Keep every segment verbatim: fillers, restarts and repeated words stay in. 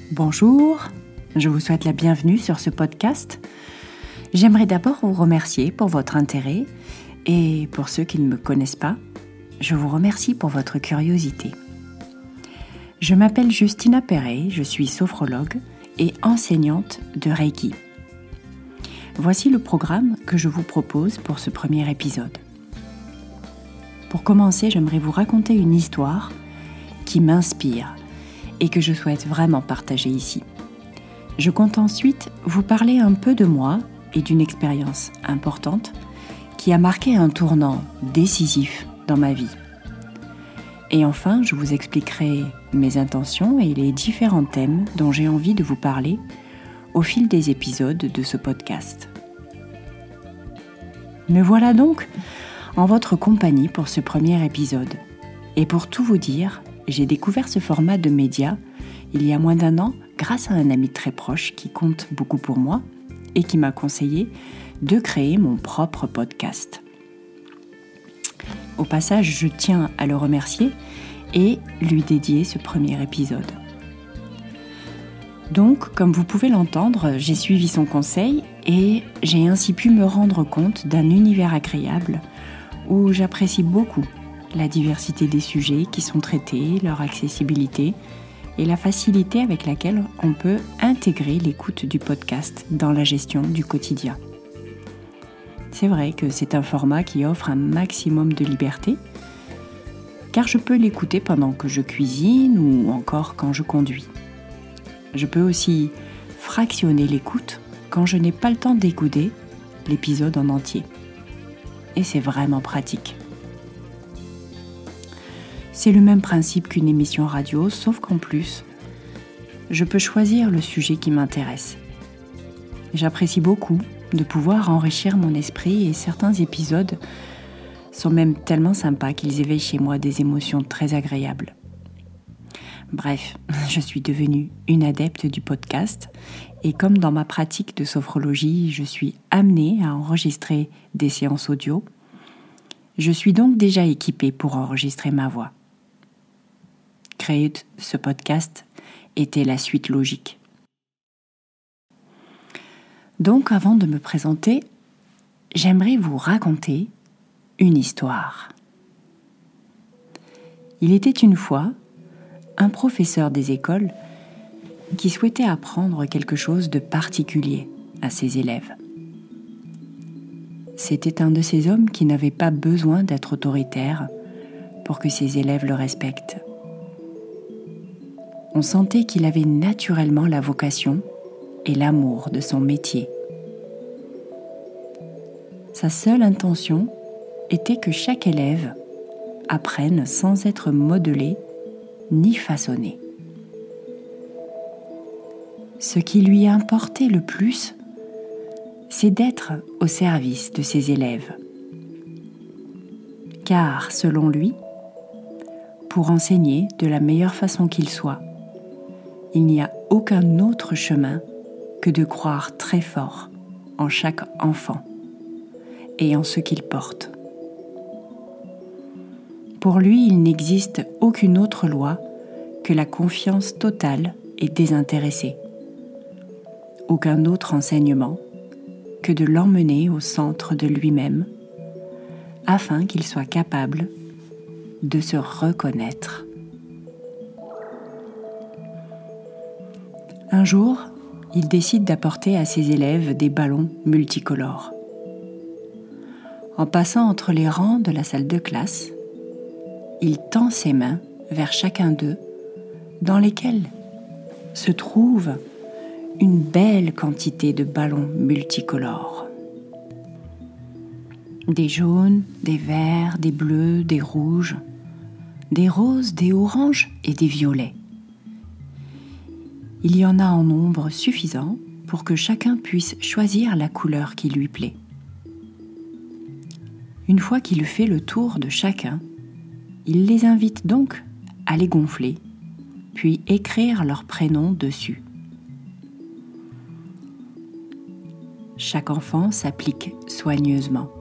Bonjour, je vous souhaite la bienvenue sur ce podcast. J'aimerais d'abord vous remercier pour votre intérêt et pour ceux qui ne me connaissent pas, je vous remercie pour votre curiosité. Je m'appelle Justina Perret, je suis sophrologue et enseignante de Reiki. Voici le programme que je vous propose pour ce premier épisode. Pour commencer, j'aimerais vous raconter une histoire qui m'inspire et que je souhaite vraiment partager ici. Je compte ensuite vous parler un peu de moi et d'une expérience importante qui a marqué un tournant décisif dans ma vie. Et enfin, je vous expliquerai mes intentions et les différents thèmes dont j'ai envie de vous parler au fil des épisodes de ce podcast. Me voilà donc en votre compagnie pour ce premier épisode. Et pour tout vous dire, j'ai découvert ce format de média il y a moins d'un an grâce à un ami très proche qui compte beaucoup pour moi et qui m'a conseillé de créer mon propre podcast. Au passage, je tiens à le remercier et lui dédier ce premier épisode. Donc, comme vous pouvez l'entendre, j'ai suivi son conseil et j'ai ainsi pu me rendre compte d'un univers agréable où j'apprécie beaucoup la diversité des sujets qui sont traités, leur accessibilité et la facilité avec laquelle on peut intégrer l'écoute du podcast dans la gestion du quotidien. C'est vrai que c'est un format qui offre un maximum de liberté, car je peux l'écouter pendant que je cuisine ou encore quand je conduis. Je peux aussi fractionner l'écoute quand je n'ai pas le temps d'écouter l'épisode en entier. Et c'est vraiment pratique. C'est le même principe qu'une émission radio, sauf qu'en plus, je peux choisir le sujet qui m'intéresse. J'apprécie beaucoup de pouvoir enrichir mon esprit et certains épisodes sont même tellement sympas qu'ils éveillent chez moi des émotions très agréables. Bref, je suis devenue une adepte du podcast et comme dans ma pratique de sophrologie, je suis amenée à enregistrer des séances audio, je suis donc déjà équipée pour enregistrer ma voix. Créer ce podcast était la suite logique. Donc, avant de me présenter, j'aimerais vous raconter une histoire. Il était une fois un professeur des écoles qui souhaitait apprendre quelque chose de particulier à ses élèves. C'était un de ces hommes qui n'avait pas besoin d'être autoritaire pour que ses élèves le respectent. On sentait qu'il avait naturellement la vocation et l'amour de son métier. Sa seule intention était que chaque élève apprenne sans être modelé ni façonné. Ce qui lui importait le plus, c'est d'être au service de ses élèves. Car, selon lui, pour enseigner de la meilleure façon qu'il soit, il n'y a aucun autre chemin que de croire très fort en chaque enfant et en ce qu'il porte. Pour lui, il n'existe aucune autre loi que la confiance totale et désintéressée. Aucun autre enseignement que de l'emmener au centre de lui-même afin qu'il soit capable de se reconnaître. Un jour, il décide d'apporter à ses élèves des ballons multicolores. En passant entre les rangs de la salle de classe, il tend ses mains vers chacun d'eux, dans lesquels se trouve une belle quantité de ballons multicolores. Des jaunes, des verts, des bleus, des rouges, des roses, des oranges et des violets. Il y en a en nombre suffisant pour que chacun puisse choisir la couleur qui lui plaît. Une fois qu'il fait le tour de chacun, il les invite donc à les gonfler, puis écrire leur prénom dessus. Chaque enfant s'applique soigneusement.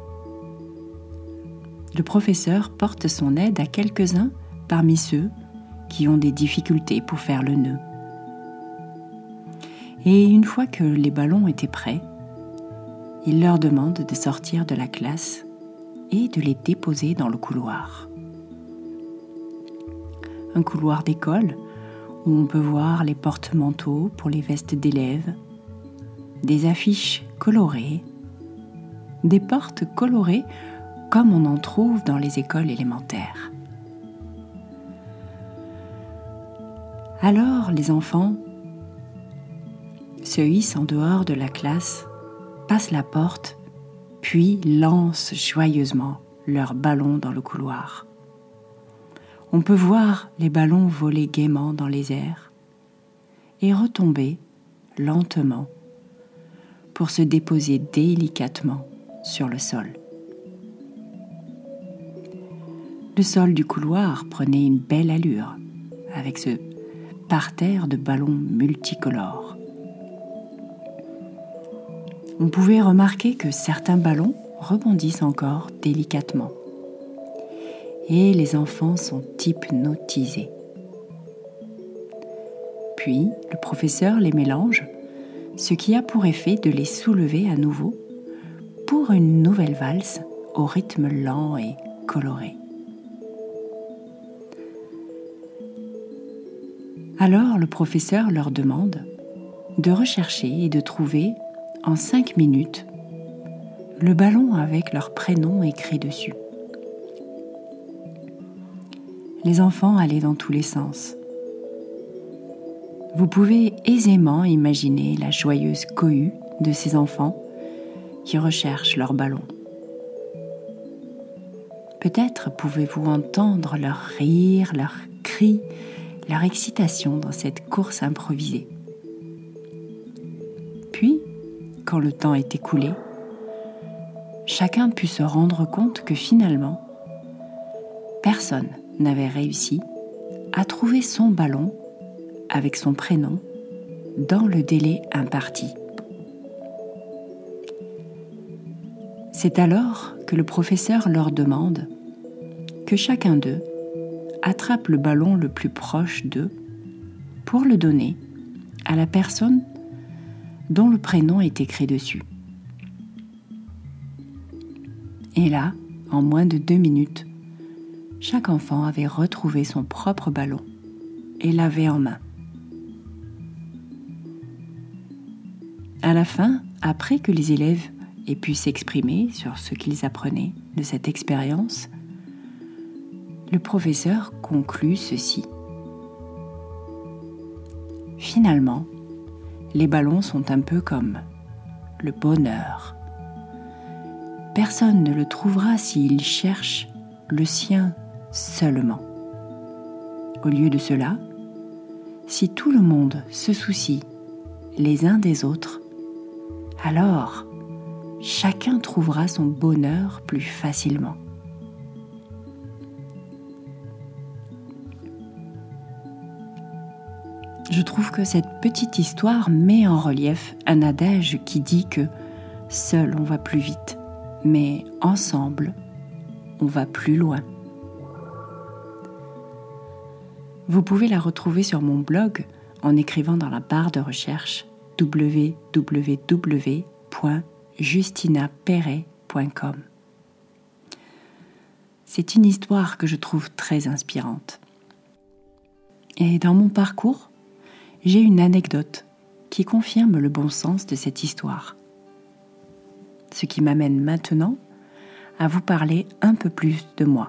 Le professeur porte son aide à quelques-uns parmi ceux qui ont des difficultés pour faire le nœud. Et une fois que les ballons étaient prêts, il leur demande de sortir de la classe et de les déposer dans le couloir. Un couloir d'école où on peut voir les porte-manteaux pour les vestes d'élèves, des affiches colorées, des portes colorées comme on en trouve dans les écoles élémentaires. Alors les enfants se hissent en dehors de la classe, passent la porte, puis lancent joyeusement leurs ballons dans le couloir. On peut voir les ballons voler gaiement dans les airs et retomber lentement pour se déposer délicatement sur le sol. Le sol du couloir prenait une belle allure avec ce parterre de ballons multicolores. On pouvait remarquer que certains ballons rebondissent encore délicatement. Et les enfants sont hypnotisés. Puis, le professeur les mélange, ce qui a pour effet de les soulever à nouveau pour une nouvelle valse au rythme lent et coloré. Alors, le professeur leur demande de rechercher et de trouver en cinq minutes le ballon avec leur prénom écrit dessus. Les enfants allaient dans tous les sens. Vous pouvez aisément imaginer la joyeuse cohue de ces enfants qui recherchent leur ballon. Peut-être pouvez-vous entendre leurs rires, leurs cris, leur excitation dans cette course improvisée. Puis, quand le temps est écoulé, chacun put se rendre compte que finalement, personne n'avait réussi à trouver son ballon avec son prénom dans le délai imparti. C'est alors que le professeur leur demande que chacun d'eux attrape le ballon le plus proche d'eux pour le donner à la personne dont le prénom est écrit dessus. Et là, en moins de deux minutes, chaque enfant avait retrouvé son propre ballon et l'avait en main. À la fin, après que les élèves aient pu s'exprimer sur ce qu'ils apprenaient de cette expérience, le professeur conclut ceci. Finalement, les ballons sont un peu comme le bonheur. Personne ne le trouvera s'il cherche le sien seulement. Au lieu de cela, si tout le monde se soucie les uns des autres, alors chacun trouvera son bonheur plus facilement. Je trouve que cette petite histoire met en relief un adage qui dit que seul on va plus vite, mais ensemble on va plus loin. Vous pouvez la retrouver sur mon blog en écrivant dans la barre de recherche w w w point justina perret point com. C'est une histoire que je trouve très inspirante. Et dans mon parcours, j'ai une anecdote qui confirme le bon sens de cette histoire. Ce qui m'amène maintenant à vous parler un peu plus de moi.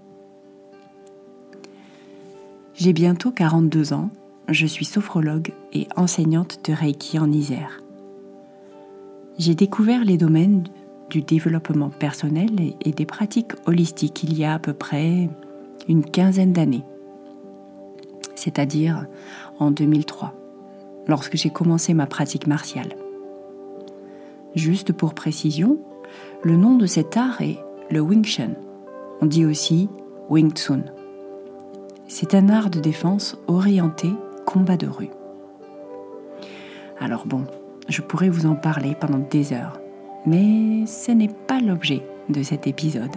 J'ai bientôt quarante-deux ans, je suis sophrologue et enseignante de Reiki en Isère. J'ai découvert les domaines du développement personnel et des pratiques holistiques il y a à peu près une quinzaine d'années, c'est-à-dire en deux mille trois, lorsque j'ai commencé ma pratique martiale. Juste pour précision, le nom de cet art est le Wing Chun. On dit aussi Wing Tsun. C'est un art de défense orienté combat de rue. Alors bon, je pourrais vous en parler pendant des heures, mais ce n'est pas l'objet de cet épisode.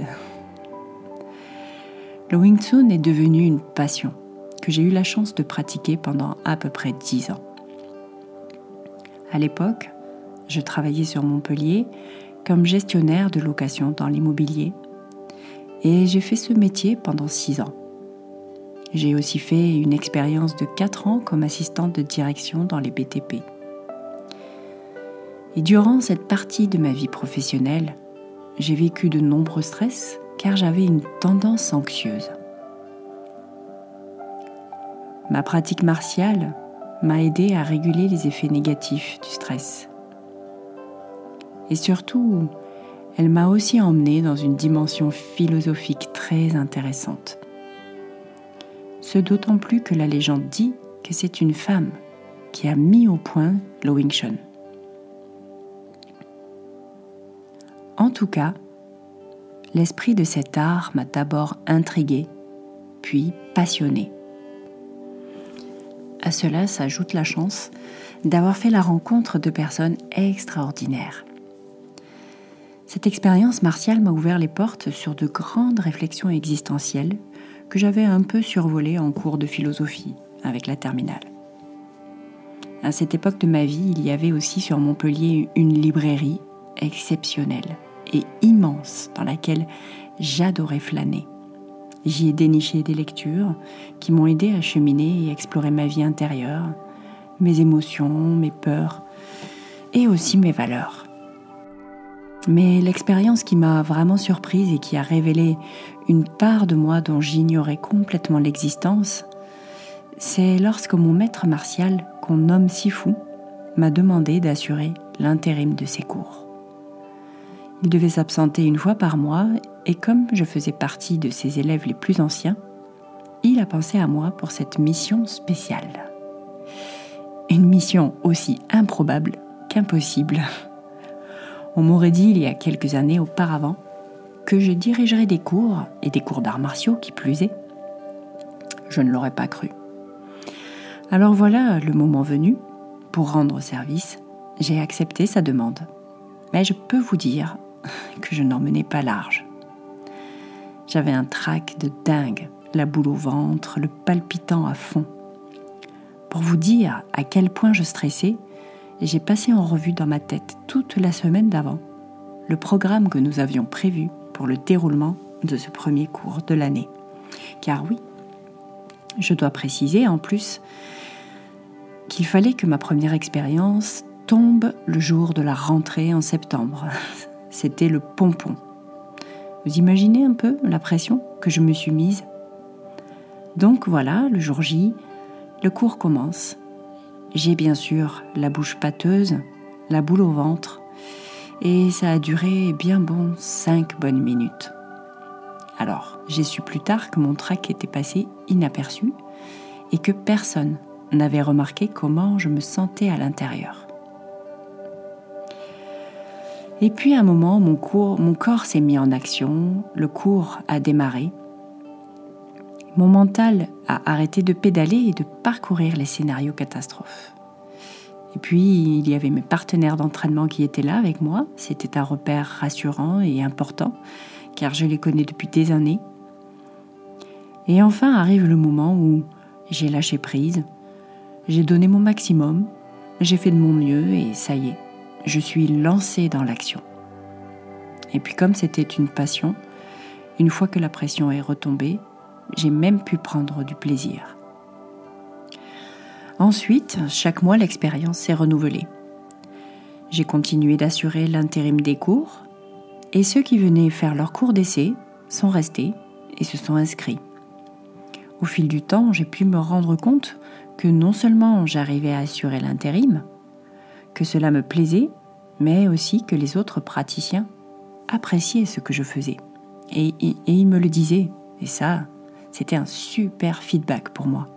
Le Wing Tsun est devenu une passion que j'ai eu la chance de pratiquer pendant à peu près dix ans. À l'époque, je travaillais sur Montpellier comme gestionnaire de location dans l'immobilier et j'ai fait ce métier pendant six ans. J'ai aussi fait une expérience de quatre ans comme assistante de direction dans les B T P. Et durant cette partie de ma vie professionnelle, j'ai vécu de nombreux stress car j'avais une tendance anxieuse. Ma pratique martiale m'a aidé à réguler les effets négatifs du stress. Et surtout, elle m'a aussi emmenée dans une dimension philosophique très intéressante. Ce d'autant plus que la légende dit que c'est une femme qui a mis au point le Wing Chun. En tout cas, l'esprit de cet art m'a d'abord intriguée, puis passionnée. À cela s'ajoute la chance d'avoir fait la rencontre de personnes extraordinaires. Cette expérience martiale m'a ouvert les portes sur de grandes réflexions existentielles que j'avais un peu survolées en cours de philosophie avec la terminale. À cette époque de ma vie, il y avait aussi sur Montpellier une librairie exceptionnelle et immense dans laquelle j'adorais flâner. J'y ai déniché des lectures qui m'ont aidé à cheminer et explorer ma vie intérieure, mes émotions, mes peurs et aussi mes valeurs. Mais l'expérience qui m'a vraiment surprise et qui a révélé une part de moi dont j'ignorais complètement l'existence, c'est lorsque mon maître martial, qu'on nomme Sifu, m'a demandé d'assurer l'intérim de ses cours. Il devait s'absenter une fois par mois et comme je faisais partie de ses élèves les plus anciens, il a pensé à moi pour cette mission spéciale. Une mission aussi improbable qu'impossible. On m'aurait dit il y a quelques années auparavant que je dirigerais des cours, et des cours d'arts martiaux qui plus est. Je ne l'aurais pas cru. Alors voilà le moment venu, pour rendre service, j'ai accepté sa demande. Mais je peux vous dire que je n'en menais pas large. J'avais un trac de dingue, la boule au ventre, le palpitant à fond. Pour vous dire à quel point je stressais, j'ai passé en revue dans ma tête toute la semaine d'avant le programme que nous avions prévu pour le déroulement de ce premier cours de l'année. Car oui, je dois préciser en plus qu'il fallait que ma première expérience tombe le jour de la rentrée en septembre. C'était le pompon. Vous imaginez un peu la pression que je me suis mise ? Donc voilà, le jour J, le cours commence. J'ai bien sûr la bouche pâteuse, la boule au ventre, et ça a duré bien bon cinq bonnes minutes. Alors, j'ai su plus tard que mon trac était passé inaperçu et que personne n'avait remarqué comment je me sentais à l'intérieur. Et puis à un moment, mon, cours, mon corps s'est mis en action, le cours a démarré. Mon mental a arrêté de pédaler et de parcourir les scénarios catastrophes. Et puis, il y avait mes partenaires d'entraînement qui étaient là avec moi. C'était un repère rassurant et important, car je les connais depuis des années. Et enfin arrive le moment où j'ai lâché prise, j'ai donné mon maximum, j'ai fait de mon mieux et ça y est, je suis lancée dans l'action. Et puis comme c'était une passion, une fois que la pression est retombée, j'ai même pu prendre du plaisir. Ensuite, chaque mois, l'expérience s'est renouvelée. J'ai continué d'assurer l'intérim des cours et ceux qui venaient faire leur cours d'essai sont restés et se sont inscrits. Au fil du temps, j'ai pu me rendre compte que non seulement j'arrivais à assurer l'intérim, que cela me plaisait, mais aussi que les autres praticiens appréciaient ce que je faisais. Et, et, et ils me le disaient, et ça, c'était un super feedback pour moi.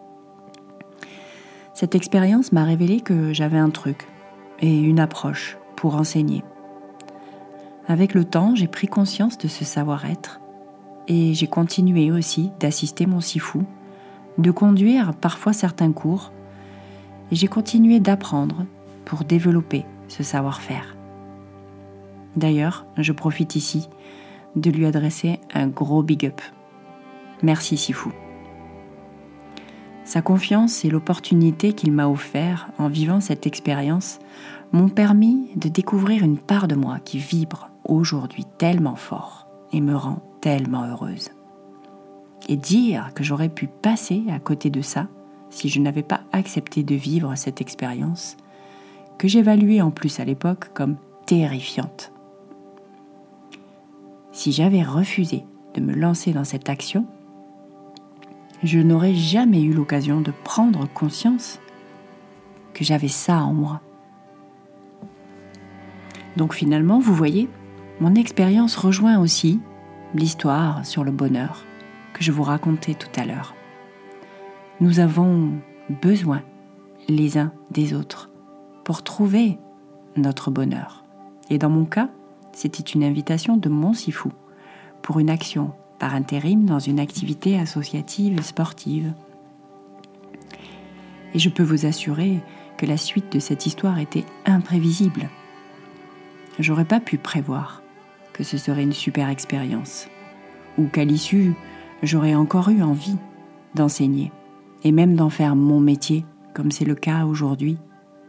Cette expérience m'a révélé que j'avais un truc et une approche pour enseigner. Avec le temps, j'ai pris conscience de ce savoir-être et j'ai continué aussi d'assister mon sifu, de conduire parfois certains cours et j'ai continué d'apprendre pour développer ce savoir-faire. D'ailleurs, je profite ici de lui adresser un gros big up. Merci Sifu. Sa confiance et l'opportunité qu'il m'a offert en vivant cette expérience m'ont permis de découvrir une part de moi qui vibre aujourd'hui tellement fort et me rend tellement heureuse. Et dire que j'aurais pu passer à côté de ça si je n'avais pas accepté de vivre cette expérience, que j'évaluais en plus à l'époque comme terrifiante. Si j'avais refusé de me lancer dans cette action, je n'aurais jamais eu l'occasion de prendre conscience que j'avais ça en moi. Donc finalement, vous voyez, mon expérience rejoint aussi l'histoire sur le bonheur que je vous racontais tout à l'heure. Nous avons besoin les uns des autres pour trouver notre bonheur. Et dans mon cas, c'était une invitation de mon Sifu pour une action par intérim dans une activité associative sportive. Et je peux vous assurer que la suite de cette histoire était imprévisible. J'aurais pas pu prévoir que ce serait une super expérience, ou qu'à l'issue, j'aurais encore eu envie d'enseigner, et même d'en faire mon métier, comme c'est le cas aujourd'hui.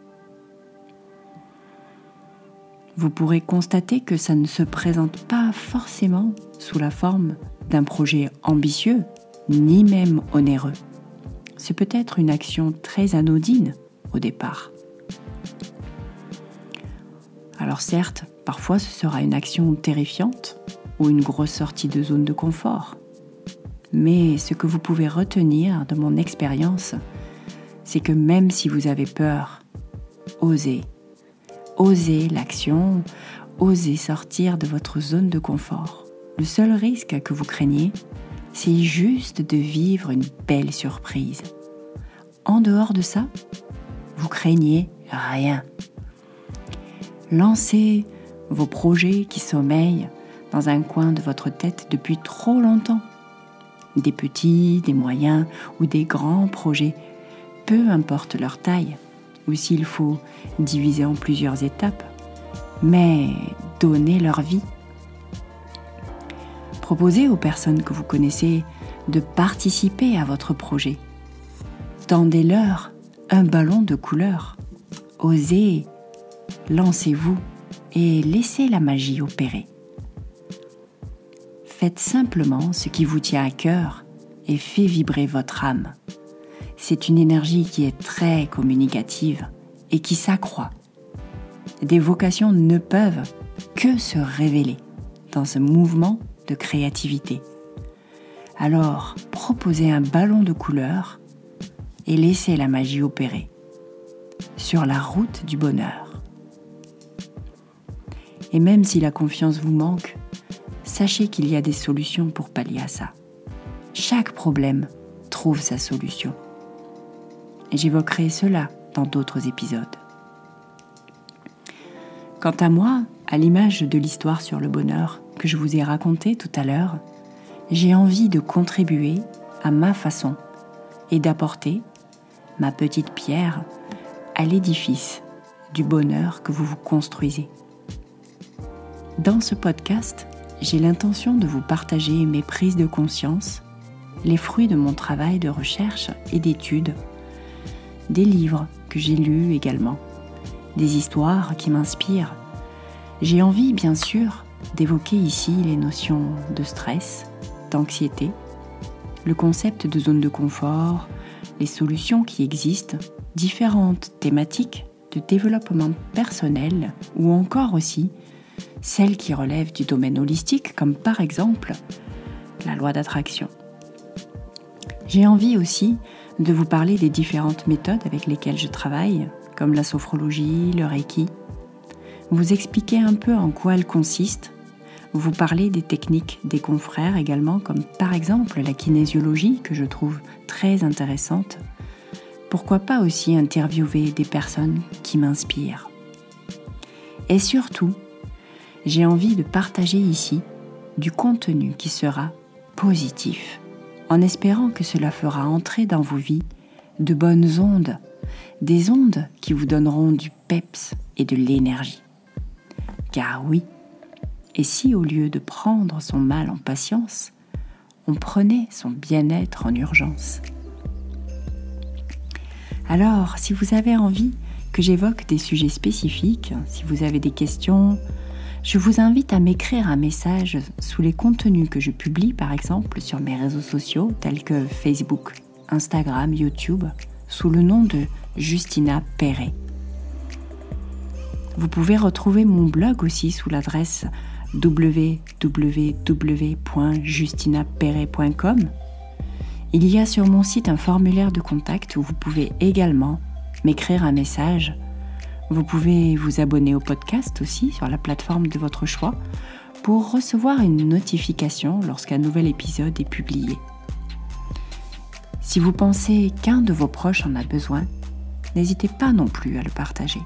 Vous pourrez constater que ça ne se présente pas forcément sous la forme d'un projet ambitieux, ni même onéreux. C'est peut-être une action très anodine au départ. Alors certes, parfois ce sera une action terrifiante ou une grosse sortie de zone de confort. Mais ce que vous pouvez retenir de mon expérience, c'est que même si vous avez peur, osez. Osez l'action, osez sortir de votre zone de confort. Le seul risque que vous craignez, c'est juste de vivre une belle surprise. En dehors de ça, vous craignez rien. Lancez vos projets qui sommeillent dans un coin de votre tête depuis trop longtemps. Des petits, des moyens ou des grands projets, peu importe leur taille, ou s'il faut diviser en plusieurs étapes, mais donnez leur vie. Proposez aux personnes que vous connaissez de participer à votre projet. Tendez-leur un ballon de couleur. Osez, lancez-vous et laissez la magie opérer. Faites simplement ce qui vous tient à cœur et fait vibrer votre âme. C'est une énergie qui est très communicative et qui s'accroît. Des vocations ne peuvent que se révéler dans ce mouvement de créativité. Alors, proposez un ballon de couleur et laissez la magie opérer sur la route du bonheur. Et même si la confiance vous manque, sachez qu'il y a des solutions pour pallier à ça. Chaque problème trouve sa solution. Et j'évoquerai cela dans d'autres épisodes. Quant à moi, à l'image de l'histoire sur le bonheur que je vous ai racontée tout à l'heure, j'ai envie de contribuer à ma façon et d'apporter ma petite pierre à l'édifice du bonheur que vous vous construisez. Dans ce podcast, j'ai l'intention de vous partager mes prises de conscience, les fruits de mon travail de recherche et d'études, des livres que j'ai lus également, des histoires qui m'inspirent. J'ai envie, bien sûr, d'évoquer ici les notions de stress, d'anxiété, le concept de zone de confort, les solutions qui existent, différentes thématiques de développement personnel ou encore aussi celles qui relèvent du domaine holistique, comme par exemple la loi d'attraction. J'ai envie aussi de vous parler des différentes méthodes avec lesquelles je travaille, comme la sophrologie, le reiki, vous expliquer un peu en quoi elles consistent, vous parler des techniques des confrères également, comme par exemple la kinésiologie que je trouve très intéressante. Pourquoi pas aussi interviewer des personnes qui m'inspirent. Et surtout, j'ai envie de partager ici du contenu qui sera positif, en espérant que cela fera entrer dans vos vies de bonnes ondes, des ondes qui vous donneront du peps et de l'énergie. Car oui, et si au lieu de prendre son mal en patience, on prenait son bien-être en urgence ? Alors, si vous avez envie que j'évoque des sujets spécifiques, si vous avez des questions, je vous invite à m'écrire un message sous les contenus que je publie, par exemple, sur mes réseaux sociaux tels que Facebook, Instagram, YouTube, sous le nom de Justina Perret. Vous pouvez retrouver mon blog aussi sous l'adresse w w w point justina perret point com. Il y a sur mon site un formulaire de contact où vous pouvez également m'écrire un message. Vous pouvez vous abonner au podcast aussi sur la plateforme de votre choix pour recevoir une notification lorsqu'un nouvel épisode est publié. Si vous pensez qu'un de vos proches en a besoin, n'hésitez pas non plus à le partager.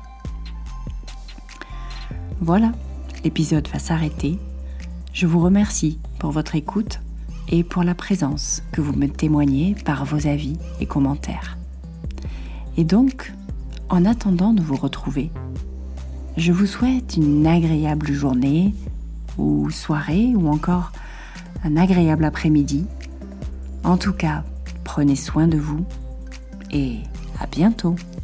Voilà, l'épisode va s'arrêter. Je vous remercie pour votre écoute et pour la présence que vous me témoignez par vos avis et commentaires. Et donc, en attendant de vous retrouver, je vous souhaite une agréable journée ou soirée ou encore un agréable après-midi. En tout cas, prenez soin de vous et à bientôt.